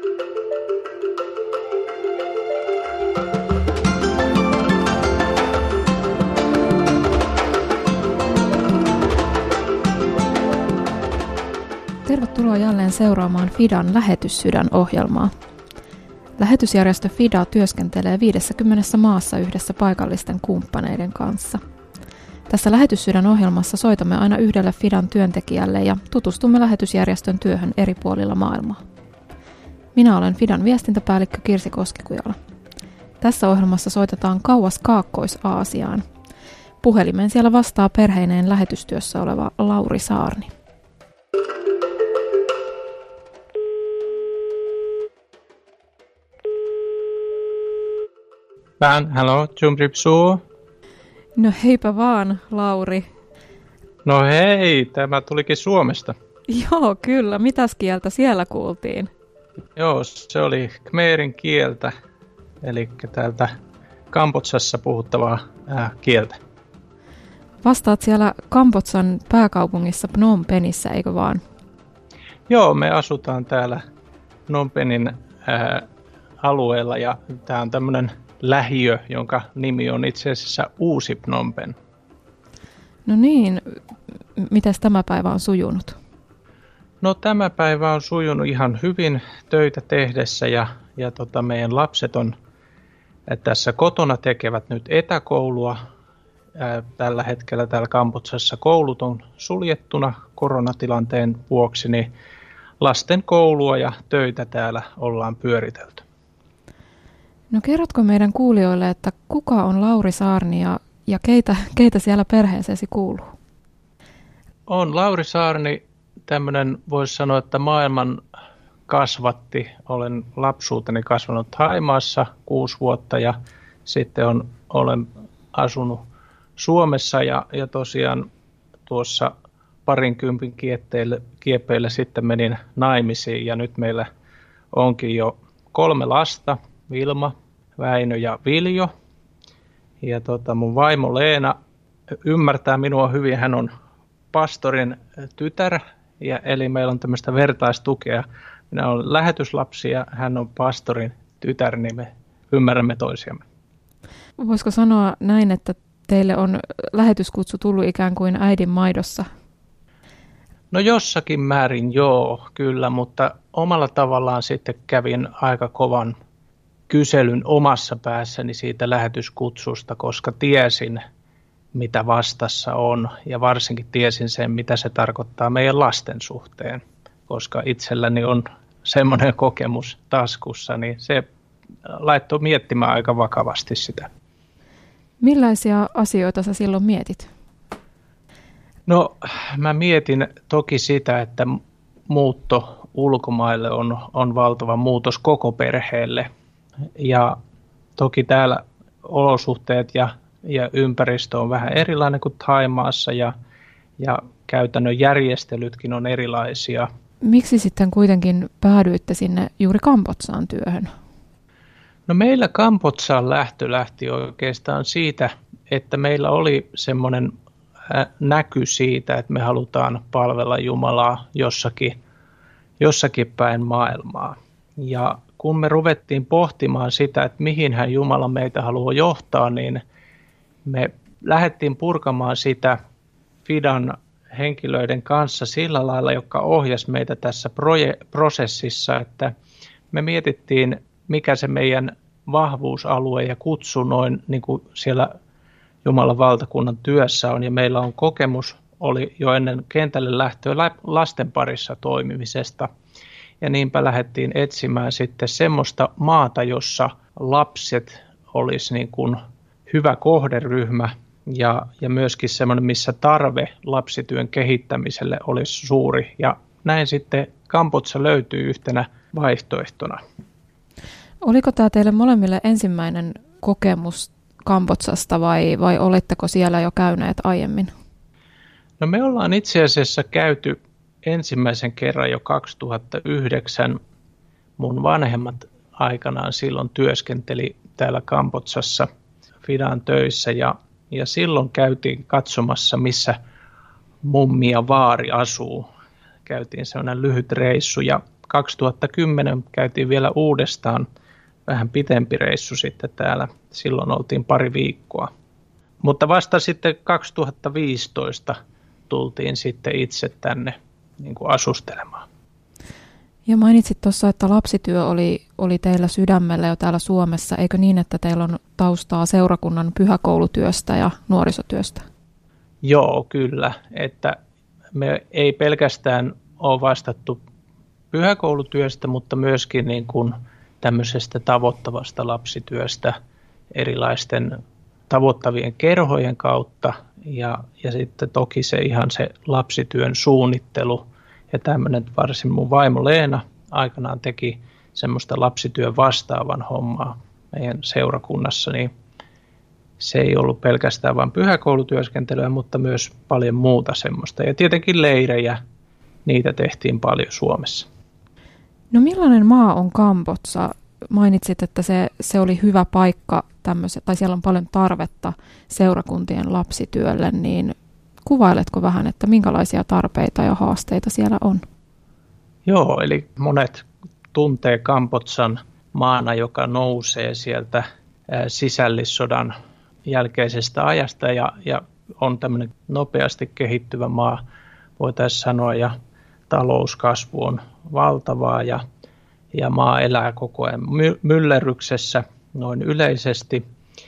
Tervetuloa jälleen seuraamaan FIDAn Lähetyssydän-ohjelmaa. Lähetysjärjestö FIDA työskentelee 50 maassa yhdessä paikallisten kumppaneiden kanssa. Tässä Lähetyssydän-ohjelmassa soitamme aina yhdelle FIDAn työntekijälle ja tutustumme lähetysjärjestön työhön eri puolilla maailmaa. Minä olen FIDAn viestintäpäällikkö Kirsi Koskikujala. Tässä ohjelmassa soitetaan kauas Kaakkois-Aasiaan. Puhelimeen siellä vastaa perheineen lähetystyössä oleva Lauri Saarni. Halo, Jumbripsuu. No heipä vaan, Lauri. No hei, tämä tulikin Suomesta. Joo, kyllä. Mitäs kieltä siellä kuultiin? Joo, se oli khmerin kieltä, eli täältä Kambodsassa puhuttavaa kieltä. Vastaat siellä Kambodsan pääkaupungissa Phnom Penhissä, eikö vaan? Joo, me asutaan täällä Phnom Penin alueella ja tämä on tämmöinen lähiö, jonka nimi on itse asiassa Uusi Phnom Penh. No niin, mitäs tämä päivä on sujunut? No tämä päivä on sujunut ihan hyvin töitä tehdessä ja meidän lapset on tässä kotona tekevät nyt etäkoulua. Tällä hetkellä täällä Kambodsassa koulut on suljettuna koronatilanteen vuoksi, niin lasten koulua ja töitä täällä ollaan pyöritelty. No kerrotko meidän kuulijoille, että kuka on Lauri Saarni ja keitä siellä perheeseesi kuuluu? On Lauri Saarni, tämmöinen voisi sanoa, että maailman kasvatti. Olen lapsuuteni kasvanut Thaimaassa 6 vuotta ja sitten olen asunut Suomessa ja tosiaan tuossa 20 kieppeillä sitten menin naimisiin ja nyt meillä onkin jo 3 lasta. Vilma, Väinö ja Viljo. Ja mun vaimo Leena ymmärtää minua hyvin. Hän on pastorin tytär, eli meillä on tämmöistä vertaistukea. Minä olen lähetyslapsi ja hän on pastorin tytär, niin me ymmärrämme toisiamme. Voisiko sanoa näin, että teille on lähetyskutsu tullut ikään kuin äidin maidossa? No jossakin määrin joo, kyllä, mutta omalla tavallaan sitten kävin aika kovan kyselyn omassa päässäni siitä lähetyskutsusta, koska tiesin, mitä vastassa on ja varsinkin tiesin sen, mitä se tarkoittaa meidän lasten suhteen, koska itselläni on semmoinen kokemus taskussa, niin se laittoi miettimään aika vakavasti sitä. Millaisia asioita sä silloin mietit? No mä mietin toki sitä, että muutto ulkomaille on valtava muutos koko perheelle. Ja toki täällä olosuhteet ja ympäristö on vähän erilainen kuin Thaimaassa ja käytännön järjestelytkin on erilaisia. Miksi sitten kuitenkin päädyitte sinne juuri Kambodsaan työhön? No meillä Kambodsaan lähti oikeastaan siitä, että meillä oli semmoinen näky siitä, että me halutaan palvella Jumalaa jossakin päin maailmaa. Ja kun me ruvettiin pohtimaan sitä, että mihin hän Jumala meitä haluaa johtaa, niin me lähdettiin purkamaan sitä FIDAn henkilöiden kanssa sillä lailla, joka ohjasi meitä tässä prosessissa, että me mietittiin, mikä se meidän vahvuusalue ja kutsu noin niin kuin siellä Jumalan valtakunnan työssä on. Ja meillä on kokemus, oli jo ennen kentälle lähtöä lasten parissa toimimisesta. Ja niinpä lähdettiin etsimään sitten semmoista maata, jossa lapset olisi niin kuin hyvä kohderyhmä ja myöskin semmoinen, missä tarve lapsityön kehittämiselle olisi suuri. Ja näin sitten Kambodža löytyy yhtenä vaihtoehtona. Oliko tämä teille molemmille ensimmäinen kokemus Kambodžasta vai oletteko siellä jo käyneet aiemmin? No me ollaan itse asiassa käyty ensimmäisen kerran jo 2009. Mun vanhemmat aikanaan silloin työskenteli täällä Kambodžassa FIDAn töissä ja silloin käytiin katsomassa, missä mummi ja vaari asuu. Käytiin sellainen lyhyt reissu ja 2010 käytiin vielä uudestaan vähän pitempi reissu sitten täällä. Silloin oltiin pari viikkoa. Mutta vasta sitten 2015 tultiin sitten itse tänne niin kuin asustelemaan. Ja mainitsit tuossa, että lapsityö oli teillä sydämellä jo täällä Suomessa. Eikö niin, että teillä on taustaa seurakunnan pyhäkoulutyöstä ja nuorisotyöstä? Joo, kyllä. Että me ei pelkästään ole vastattu pyhäkoulutyöstä, mutta myöskin niin kuin tämmöisestä tavoittavasta lapsityöstä erilaisten tavoittavien kerhojen kautta ja sitten toki se ihan se lapsityön suunnittelu ja tämmöinen, varsin mun vaimo Leena aikanaan teki semmoista lapsityön vastaavan hommaa meidän seurakunnassa, niin se ei ollut pelkästään vain pyhäkoulutyöskentelyä, mutta myös paljon muuta semmoista. Ja tietenkin leirejä, niitä tehtiin paljon Suomessa. No millainen maa on Kambodža? Mainitsit, että se oli hyvä paikka tai siellä on paljon tarvetta seurakuntien lapsityölle, niin kuvailetko vähän, että minkälaisia tarpeita ja haasteita siellä on? Joo, eli monet tuntee Kambodžan maana, joka nousee sieltä sisällissodan jälkeisestä ajasta ja on tämmöinen nopeasti kehittyvä maa, voitaisiin sanoa, ja talouskasvu on valtavaa ja maa elää koko ajan myllerryksessä noin yleisesti.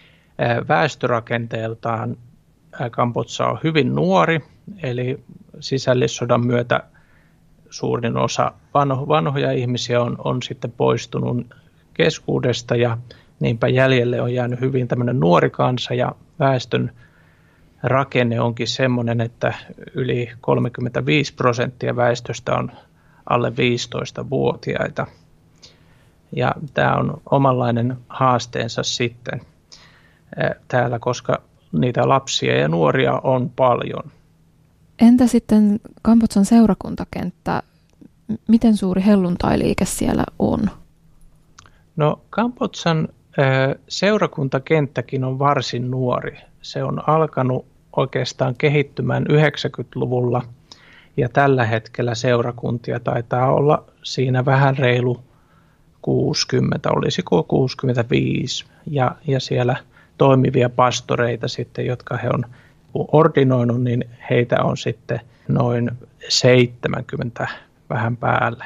Väestörakenteeltaan Kambodža on hyvin nuori, eli sisällissodan myötä suurin osa vanhoja ihmisiä on sitten poistunut keskuudesta ja niinpä jäljelle on jäänyt hyvin tämmöinen nuori kansa ja väestön rakenne onkin semmoinen, että yli 35% väestöstä on alle 15-vuotiaita. Ja tämä on omanlainen haasteensa sitten täällä, koska niitä lapsia ja nuoria on paljon. Entä sitten Kambodžan seurakuntakenttä? Miten suuri helluntailiike siellä on? No Kambodžan seurakuntakenttäkin on varsin nuori. Se on alkanut oikeastaan kehittymään 90-luvulla ja tällä hetkellä seurakuntia taitaa olla siinä vähän reilu 60, olisiko 65 ja siellä toimivia pastoreita sitten, jotka he on ordinoinut, niin heitä on sitten noin 70 vähän päälle.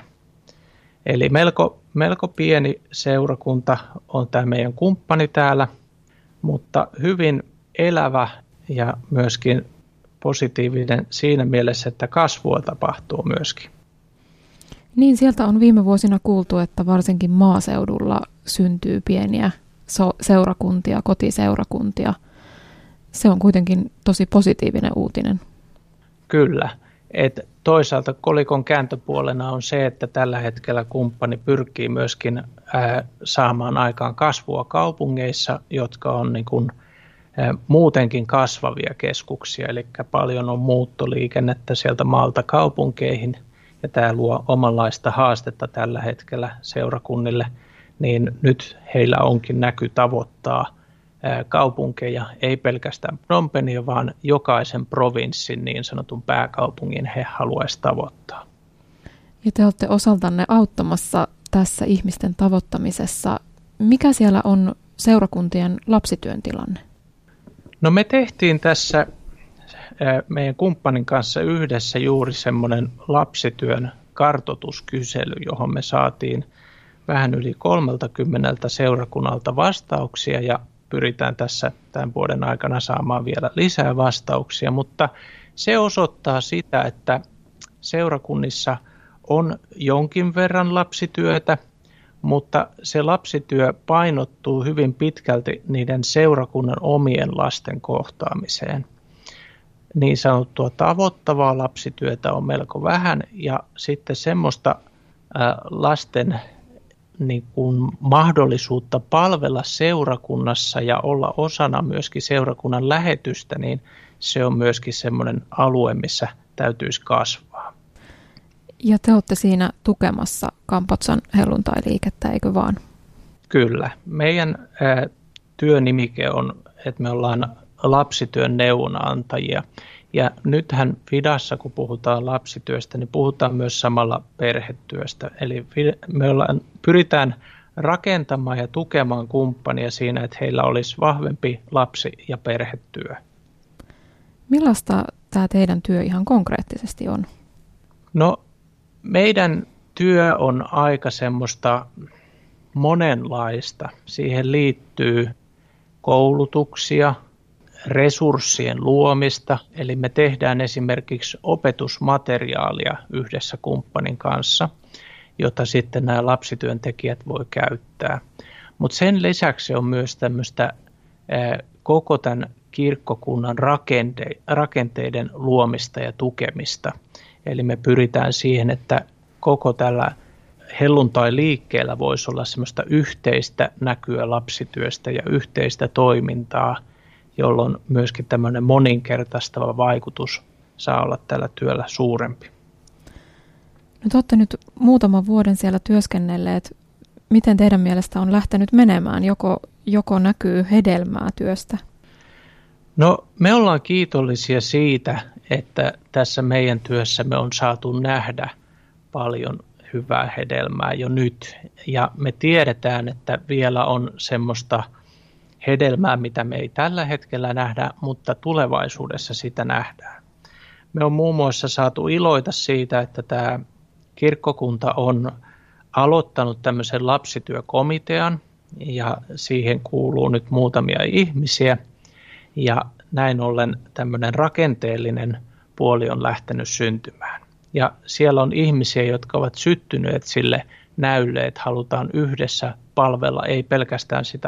Eli melko pieni seurakunta on tämä meidän kumppani täällä, mutta hyvin elävä ja myöskin positiivinen siinä mielessä, että kasvua tapahtuu myöskin. Niin, sieltä on viime vuosina kuultu, että varsinkin maaseudulla syntyy pieniä seurakuntia, kotiseurakuntia. Se on kuitenkin tosi positiivinen uutinen. Kyllä. Toisaalta kolikon kääntöpuolena on se, että tällä hetkellä kumppani pyrkii myöskin saamaan aikaan kasvua kaupungeissa, jotka on niin kuin, muutenkin kasvavia keskuksia. Eli paljon on muuttoliikennettä sieltä maalta kaupunkeihin ja tämä luo omanlaista haastetta tällä hetkellä seurakunnille. Niin nyt heillä onkin näky tavoittaa kaupunkeja, ei pelkästään Phnom Penhia, vaan jokaisen provinssin niin sanotun pääkaupungin he haluaisivat tavoittaa. Ja te olette osaltanne auttamassa tässä ihmisten tavoittamisessa. Mikä siellä on seurakuntien lapsityön tilanne? No me tehtiin tässä meidän kumppanin kanssa yhdessä juuri semmoinen lapsityön kartoituskysely, johon me saatiin vähän yli 30 seurakunnalta vastauksia ja pyritään tässä tämän vuoden aikana saamaan vielä lisää vastauksia, mutta se osoittaa sitä, että seurakunnissa on jonkin verran lapsityötä, mutta se lapsityö painottuu hyvin pitkälti niiden seurakunnan omien lasten kohtaamiseen. Niin sanottua tavoittavaa lapsityötä on melko vähän ja sitten semmoista lasten niin kuin mahdollisuutta palvella seurakunnassa ja olla osana myöskin seurakunnan lähetystä, niin se on myöskin semmoinen alue, missä täytyisi kasvaa. Ja te olette siinä tukemassa Kambodžan helluntailiikettä, eikö vaan? Kyllä. Meidän työnimike on, että me ollaan lapsityön neuvonantajia. Ja nythän FIDassa, kun puhutaan lapsityöstä, niin puhutaan myös samalla perhetyöstä. Eli pyritään rakentamaan ja tukemaan kumppania siinä, että heillä olisi vahvempi lapsi- ja perhetyö. Millaista tämä teidän työ ihan konkreettisesti on? No, meidän työ on aika semmoista monenlaista. Siihen liittyy koulutuksia, resurssien luomista, eli me tehdään esimerkiksi opetusmateriaalia yhdessä kumppanin kanssa, jota sitten nämä lapsityöntekijät voi käyttää. Mutta sen lisäksi on myös tämmöistä koko tämän kirkkokunnan rakenteiden luomista ja tukemista. Eli me pyritään siihen, että koko tällä helluntai-liikkeellä voisi olla semmoista yhteistä näkyä lapsityöstä ja yhteistä toimintaa, jolloin myöskin tämmöinen moninkertaistava vaikutus saa olla tällä työllä suurempi. No te olette nyt muutaman vuoden siellä työskennelleet. Miten teidän mielestä on lähtenyt menemään? Joko näkyy hedelmää työstä? No me ollaan kiitollisia siitä, että tässä meidän työssämme on saatu nähdä paljon hyvää hedelmää jo nyt. Ja me tiedetään, että vielä on semmoista hedelmää, mitä me ei tällä hetkellä nähdä, mutta tulevaisuudessa sitä nähdään. Me on muun muassa saatu iloita siitä, että tämä kirkkokunta on aloittanut tämmöisen lapsityökomitean ja siihen kuuluu nyt muutamia ihmisiä ja näin ollen tämmöinen rakenteellinen puoli on lähtenyt syntymään. Ja siellä on ihmisiä, jotka ovat syttyneet sille näylle, että halutaan yhdessä palvella ei pelkästään sitä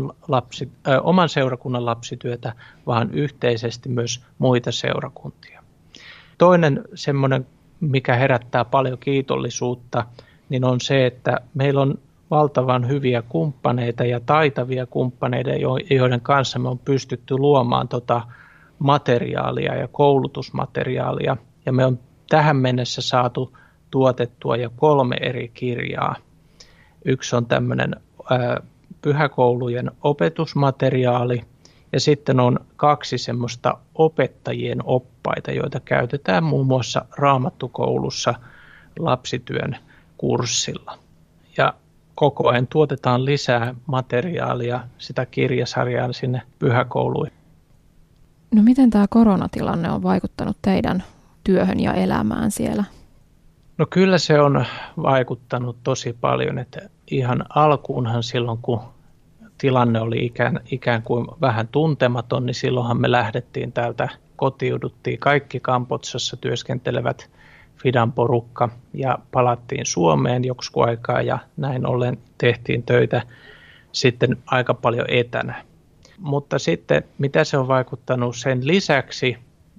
oman seurakunnan lapsityötä, vaan yhteisesti myös muita seurakuntia. Toinen semmoinen, mikä herättää paljon kiitollisuutta, niin on se, että meillä on valtavan hyviä kumppaneita ja taitavia kumppaneita, joiden kanssa me on pystytty luomaan materiaalia ja koulutusmateriaalia. Ja me on tähän mennessä saatu tuotettua jo 3 eri kirjaa. Yksi on tämmöinen pyhäkoulujen opetusmateriaali ja sitten on 2 semmoista opettajien oppaita, joita käytetään muun muassa Raamattukoulussa lapsityön kurssilla. Ja koko ajan tuotetaan lisää materiaalia, sitä kirjasarjaa sinne pyhäkouluihin. No miten tämä koronatilanne on vaikuttanut teidän työhön ja elämään siellä? No kyllä se on vaikuttanut tosi paljon, että ihan alkuunhan silloin, kun tilanne oli ikään kuin vähän tuntematon, niin silloinhan me lähdettiin täältä, kotiuduttiin kaikki Kambodsassa työskentelevät FIDAn porukka ja palattiin Suomeen joksikin aikaa ja näin ollen tehtiin töitä sitten aika paljon etänä. Mutta sitten mitä se on vaikuttanut sen lisäksi,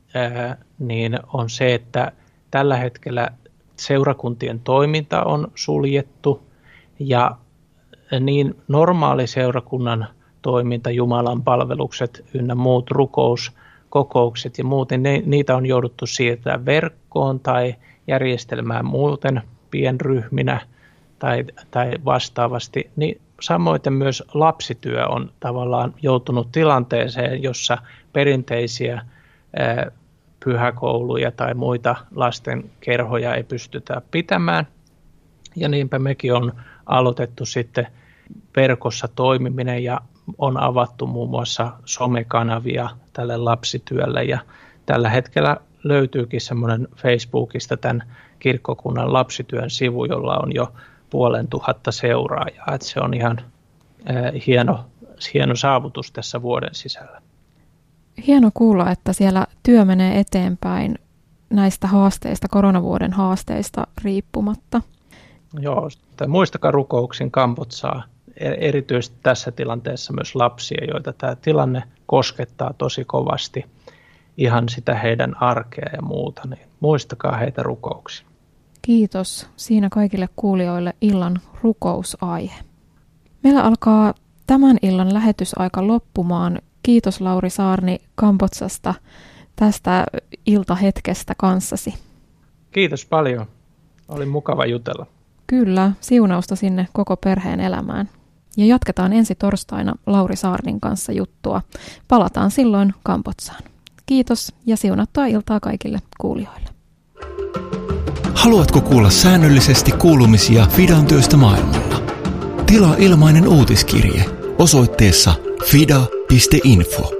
niin on se, että tällä hetkellä seurakuntien toiminta on suljettu ja niin normaali seurakunnan toiminta, Jumalan palvelukset ynnä muut rukouskokoukset ja muuten, niitä on jouduttu siirtämään verkkoon tai järjestelmään muuten pienryhminä tai vastaavasti. Niin samoin myös lapsityö on tavallaan joutunut tilanteeseen, jossa perinteisiä pyhäkouluja tai muita lastenkerhoja ei pystytä pitämään. Ja niinpä mekin on aloitettu sitten verkossa toimiminen ja on avattu muun muassa somekanavia tälle lapsityölle. Ja tällä hetkellä löytyykin semmoinen Facebookista tämän kirkkokunnan lapsityön sivu, jolla on jo 500 seuraajaa. Että se on ihan hieno saavutus tässä vuoden sisällä. Hieno kuulla, että siellä työ menee eteenpäin näistä haasteista, koronavuoden haasteista riippumatta. Joo, muistakaa rukouksin Kambodsaa, erityisesti tässä tilanteessa myös lapsia, joita tämä tilanne koskettaa tosi kovasti, ihan sitä heidän arkea ja muuta, niin muistakaa heitä rukouksin. Kiitos siinä kaikille kuulijoille illan rukousaihe. Meillä alkaa tämän illan lähetysaika loppumaan. Kiitos Lauri Saarni Kambodsasta tästä iltahetkestä kanssasi. Kiitos paljon. Oli mukava jutella. Kyllä, siunausta sinne koko perheen elämään. Ja jatketaan ensi torstaina Lauri Saarnin kanssa juttua. Palataan silloin Kambodsaan. kiitos ja siunattua iltaa kaikille kuulijoille. Haluatko kuulla säännöllisesti kuulumisia Fidan työstä maailmalla? Tilaa ilmainen uutiskirje osoitteessa fida.info.